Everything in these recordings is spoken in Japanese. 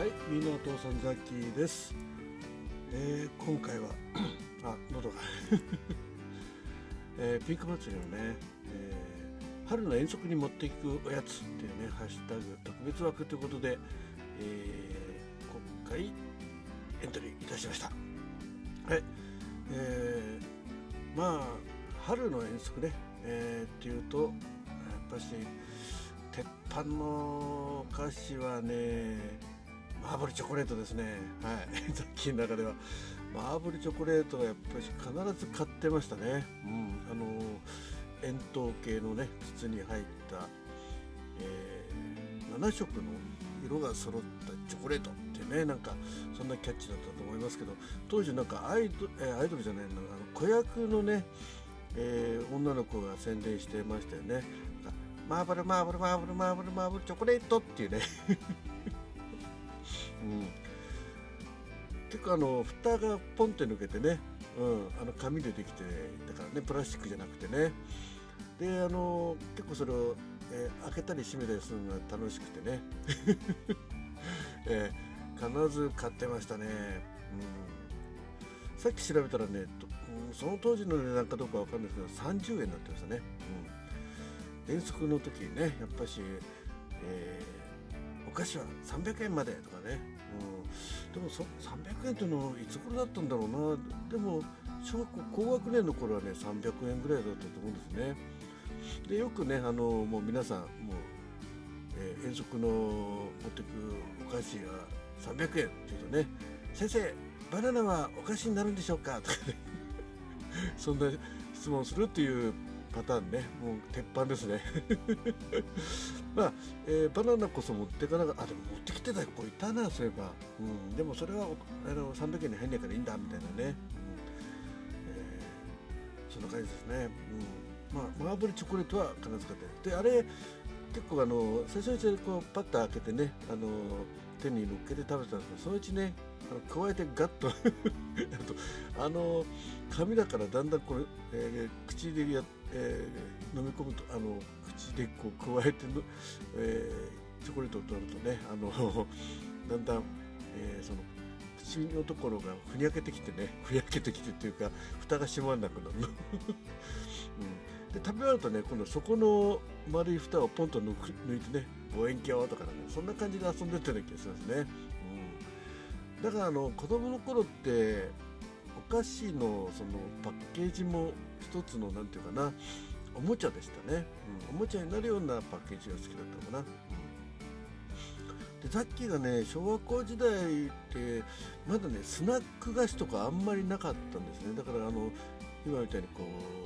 、みんなお父さんザッキーです。今回は喉が、ピンク祭りのね、春の遠足に持っていくおやつっていうねハッシュタグ特別枠ということで、今回エントリーいたしました。はい、まあ春の遠足ね、っていうとやっぱし鉄板のお菓子はねマーブルチョコレートですね。はい、ザッキーの中ではマーブルチョコレートはやっぱり必ず買ってましたね。円筒形のね筒に入った、7色の色が揃ったチョコレートってね、なんかそんなキャッチだったと思いますけど、当時なんかアイドルじゃないの、子役のね、女の子が宣伝してましたよね。マーブルマーブルマーブルマーブルマーブルチョコレートっていうね結構蓋がポンって抜けてね、紙でできてだからね、プラスチックじゃなくてね、で結構それを、開けたり閉めたりするのが楽しくてね、必ず買ってましたね。さっき調べたらね、その当時の値段かどうかわかんないですけど30円になってましたね。遠足の時にね、やっぱし、お菓子は300円までとかね、でも300円というのはいつ頃だったんだろうな。でも小学校高学年の頃はね300円ぐらいだったと思うんですね。でよくねもう皆さんもう、遠足の持ってくお菓子が300円っていうとね、先生バナナはお菓子になるんでしょうかとかねそんな質問するっていうパターンね、もう鉄板ですねまあ、バナナこそ持ってかなかった。でも持ってきてた子いたな、そういえば。でもそれは300円に入んないからいいんだみたいなね、そんな感じですね。マーブルチョコレートは必ず買ってで、あれ結構最初にこうパッと開けてね、手に乗っけて食べてたんですけど、そのうちね加えてガッとあと紙だからだんだんこれ、口で飲み込むと口でこう加えての、チョコレートを取るとねだんだん、その口のところがふにゃけてきてっていうか蓋が閉まらなくなるので食べ終わるとね、今度そこの丸い蓋をポンと抜いてね、望遠鏡とかね、そんな感じで遊んでたような気がしますね。だから子供の頃ってお菓子のそのパッケージも一つのなんていうかな、おもちゃでしたね。おもちゃになるようなパッケージが好きだったのかな。でザッキーがね小学校時代ってまだねスナック菓子とかあんまりなかったんですね。だから今みたいにこう、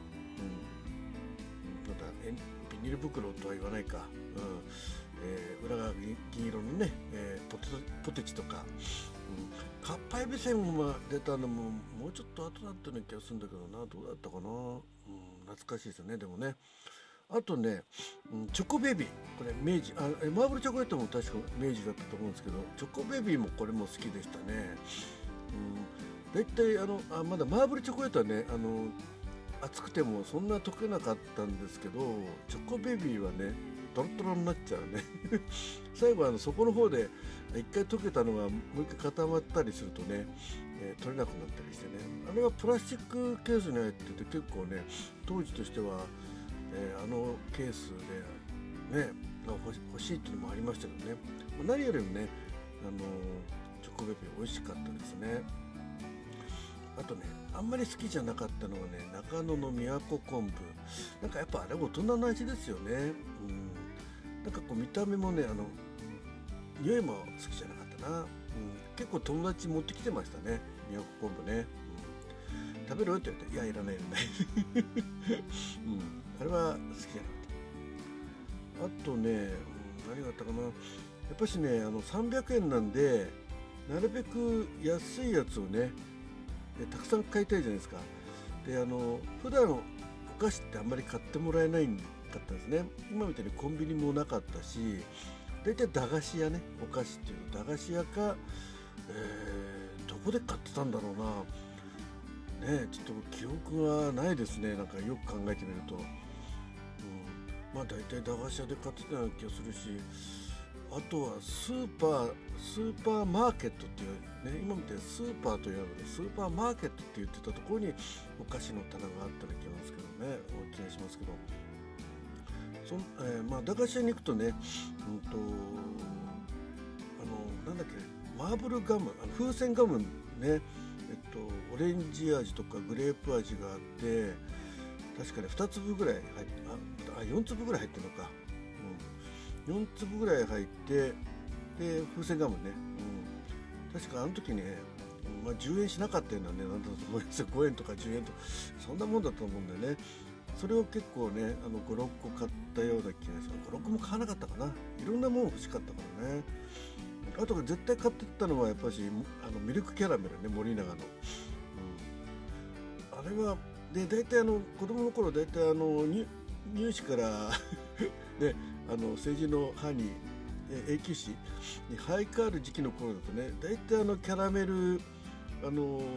なんだビニール袋とは言わないか、裏が銀色のね、ポテチとか、かっぱえびせんが出たのももうちょっと後だったような気がするんだけどな、どうだったかな。懐かしいですよね。でもね、あとね、チョコベビー、これ明治、マーブルチョコレートも確か明治だったと思うんですけど、チョコベビーもこれも好きでしたね。だいたいまだマーブルチョコレートはね熱くてもそんな溶けなかったんですけど、チョコベビーはねトロトロになっちゃうね最後は底の方で一回溶けたのがもう一回固まったりするとね、取れなくなったりしてね、あれはプラスチックケースに入ってて結構ね当時としては、ケースでね欲しいっていうのもありましたけどね、何よりもねチョコベビー美味しかったですね。あとね、あんまり好きじゃなかったのはね、中野の都昆布。なんかやっぱあれ大人の味ですよね。なんかこう見た目もね、匂いも好きじゃなかったな。結構友達持ってきてましたね、都昆布ね。食べるって言って、いや、いらないいらないあれは好きじゃなかった。あとね、何があったかな。やっぱしね、300円なんで、なるべく安いやつをね、たくさん買いたいじゃないですか。で普段お菓子ってあんまり買ってもらえないかったんですね。今みたいにコンビニもなかったし、大体駄菓子屋ね、お菓子っていうの駄菓子屋か、どこで買ってたんだろうなね、ちょっと記憶がないですね。なんかよく考えてみると、まあ大体駄菓子屋で買ってたような気がするし、 あとはスーパーマーケットっていうね、今みたいにスーパーというのでスーパーマーケットって言ってたところにお菓子の棚があったら気がしますけどね、気がしますけど、まあ駄菓子屋に行くとね、なんだっけ、マーブルガム、風船ガムね、オレンジ味とかグレープ味があって、確かね2粒ぐらい入って4粒ぐらい入ってるのか、4粒ぐらい入って、で風船ガムね、確かあの時ね、まあ、10円しなかったようなね、なんだと思いますよ。5円とか10円とかそんなもんだと思うんだよね。それを結構ね、5、6個買ったような気がします。5、6個も買わなかったかな。いろんなもん欲しかったからね。あと絶対買ってったのはやっぱしミルクキャラメルね、森永の、あれはで大体子供の頃大体乳歯からね、成人の歯に永久歯に生え変わる時期の頃だとね、大体キャラメルだんだんこ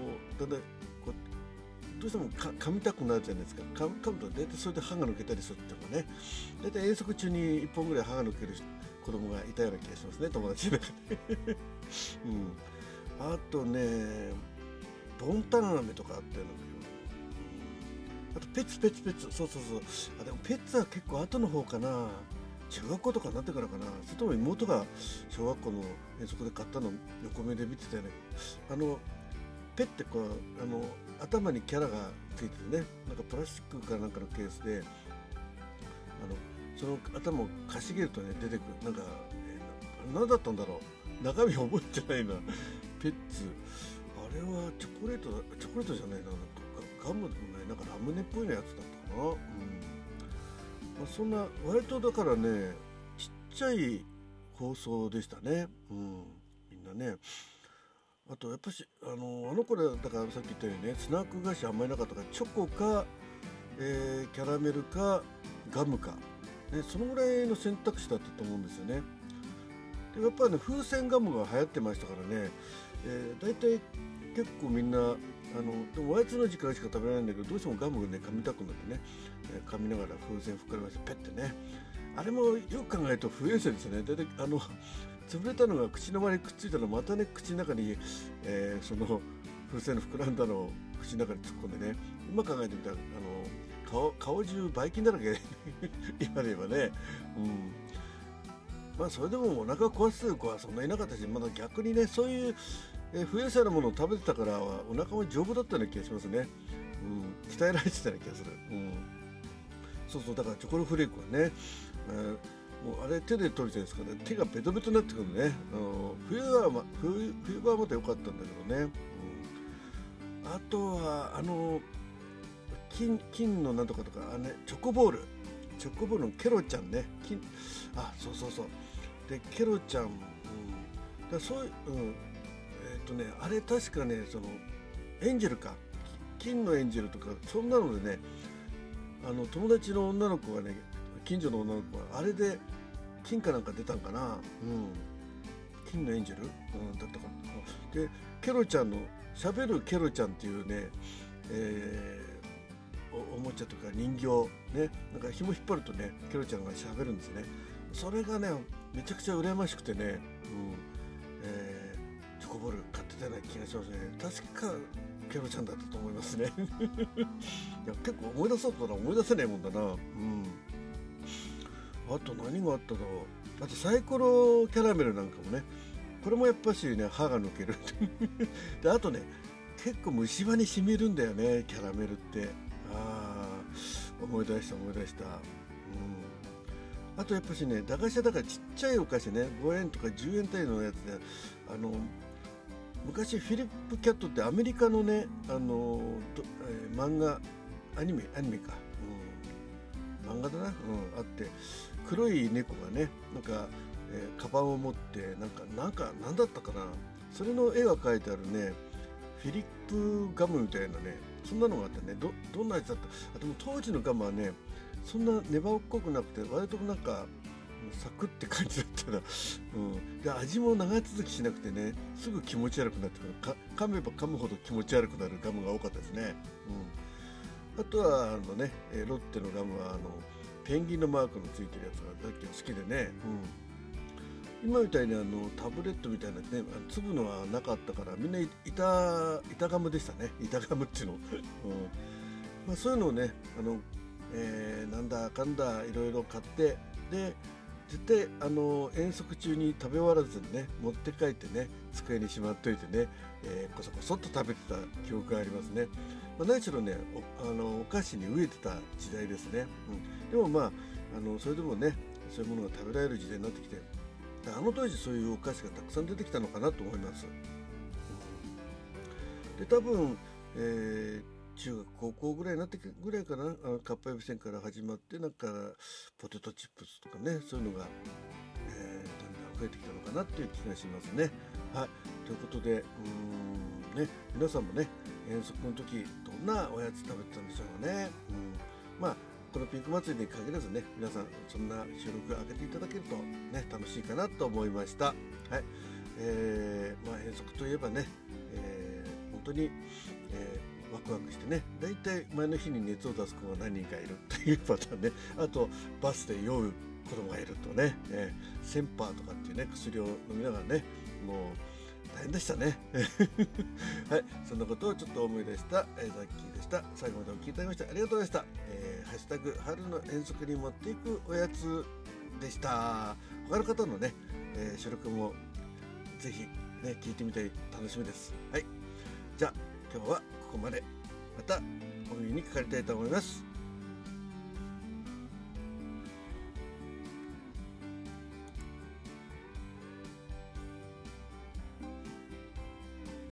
うどうしても噛みたくなるじゃないですか。噛むと大体それで歯が抜けたりするっていうのがね、大体遠足中に1本ぐらい歯が抜ける子供がいたような気がしますね、友達の中であとね、ボンタン飴とかあったような気が、あとペツ、そうでもペツは結構後の方かな、中学校とかになってからかな。それとも妹が小学校の遠足で買ったの横目で見てたよね。ペってこう頭にキャラがついててね、なんかプラスチックかなんかのケースでその頭をかしげるとね出てくる、なんか、何だったんだろう、中身覚えてないなペッツ、あれはチョコレートじゃないな、なんかガムでもない、なんかラムネっぽいのやつだったかな。まあ、そんな割とだからね、ちっちゃい放送でしたね、みんなね。あとやっぱしあの頃だからさっき言ったようにね、スナック菓子あんまりなかったから、チョコか、キャラメルかガムか、ね、そのぐらいの選択肢だったと思うんですよね。でやっぱりね、風船ガムが流行ってましたからね、だいたい結構みんなでもおやつの時間しか食べられないんだけど、どうしてもガムをね噛みたくなってね、噛みながら風船膨らましてペッてね、あれもよく考えると不衛生ですよね。だいたい潰れたのが口の周りにくっついたのをまたね、口の中に、その風船の膨らんだのを口の中に突っ込んでね、今考えてみたら顔中ばい菌だらけ今で言えばね、まあそれでもお腹壊す子はそんなにいなかったし、まだ逆にね、そういう不衛生なものを食べてたからお腹も丈夫だったような気がしますね。鍛えられてたような気がする。そうだからチョコレートフレークはね、もうあれ手で取るじゃないですかね、手がベトベトになってくるね。冬場はまだ良かったんだけどね。あとは金のなんとかとかチョコボールのケロちゃんね、そうでケロちゃん、だそういう、あれ確かね、そのエンジェルか、金のエンジェルとかそんなのでね、友達の女の子がね、近所の女の子があれで金かなんか出たんかな、金のエンジェル、だったかな。でケロちゃんのしゃべるケロちゃんっていうね、おもちゃとか人形ね、なんか紐引っ張るとね、ケロちゃんがしゃべるんですね。それがねめちゃくちゃ羨ましくてね、チョコボール買ってたような気がしますね。確かケロちゃんだったと思いますねいや結構思い出そうと思い出せないもんだな。あと何があっただろう。あとサイコロキャラメルなんかもね、これもやっぱしね歯が抜けるであとね、結構虫歯に染みるんだよね、キャラメルって。思い出した。あとやっぱしね、駄菓子屋だからちっちゃいお菓子ね、5円とか10円単位のやつで、昔フィリップ・キャットってアメリカのね、漫画アニメか、漫画だな、あって黒い猫がね、なんか、カバンを持ってなんだったかな、それの絵が描いてあるね、フィリップガムみたいなね、そんなのがあってね、どんなやつだった。でも当時のガムはね、そんな粘っこくなくて、割となんかサクって感じだったな。で味も長続きしなくてね、すぐ気持ち悪くなってくる。噛めば噛むほど気持ち悪くなるガムが多かったですね。あとはロッテのガムはペンギンのマークのついてるやつがだっけ好きでね。 今みたいにタブレットみたいなね粒のはなかったから、みんな板ガムでしたね。板ガムっていうの、まあ、そういうのをねなんだかんだいろいろ買って、で絶対遠足中に食べ終わらずにね持って帰ってね机にしまっといてね、こそこそっと食べてた記憶がありますね。まあ、何しろねお菓子に飢えてた時代ですね、でもまあそれでもねそういうものが食べられる時代になってきて、当時そういうお菓子がたくさん出てきたのかなと思います。で多分、中学高校ぐらいになってぐらいかな、かっぱえびせんから始まって、なんかポテトチップスとかね、そういうのが、だんだん増えてきたのかなっていう気がしますね。はい、ということでね、皆さんもね遠足の時どんなおやつ食べてたんでしょうかね。まあこのピンク祭りに限らずね、皆さんそんな収録を上げていただけるとね楽しいかなと思いました。はい、まあ遠足といえばね、本当に、ワクワクしてね、だいたい前の日に熱を出す子が何人かいるっていうパターンね。あとバスで酔う子供がいるとね、センパーとかっていうね薬を飲みながらね、もう大変でしたね。はい、そんなことをちょっと思い出した、ザッキーでした。最後までお聞きいただきましてありがとうございました。ハッシュタグ春の遠足に持っていくおやつでした。他の方のね、収録もぜひね聞いてみたい、楽しみです。はい、じゃあ今日はここまで。またお耳にかかりたいと思います。